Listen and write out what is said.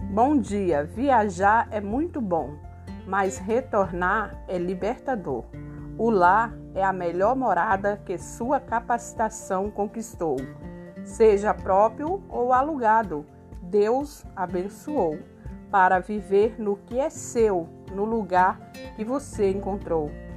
Bom dia, viajar é muito bom, mas retornar é libertador. O lar é a melhor morada que sua capacitação conquistou. Seja próprio ou alugado, Deus abençoou para viver no que é seu, no lugar que você encontrou.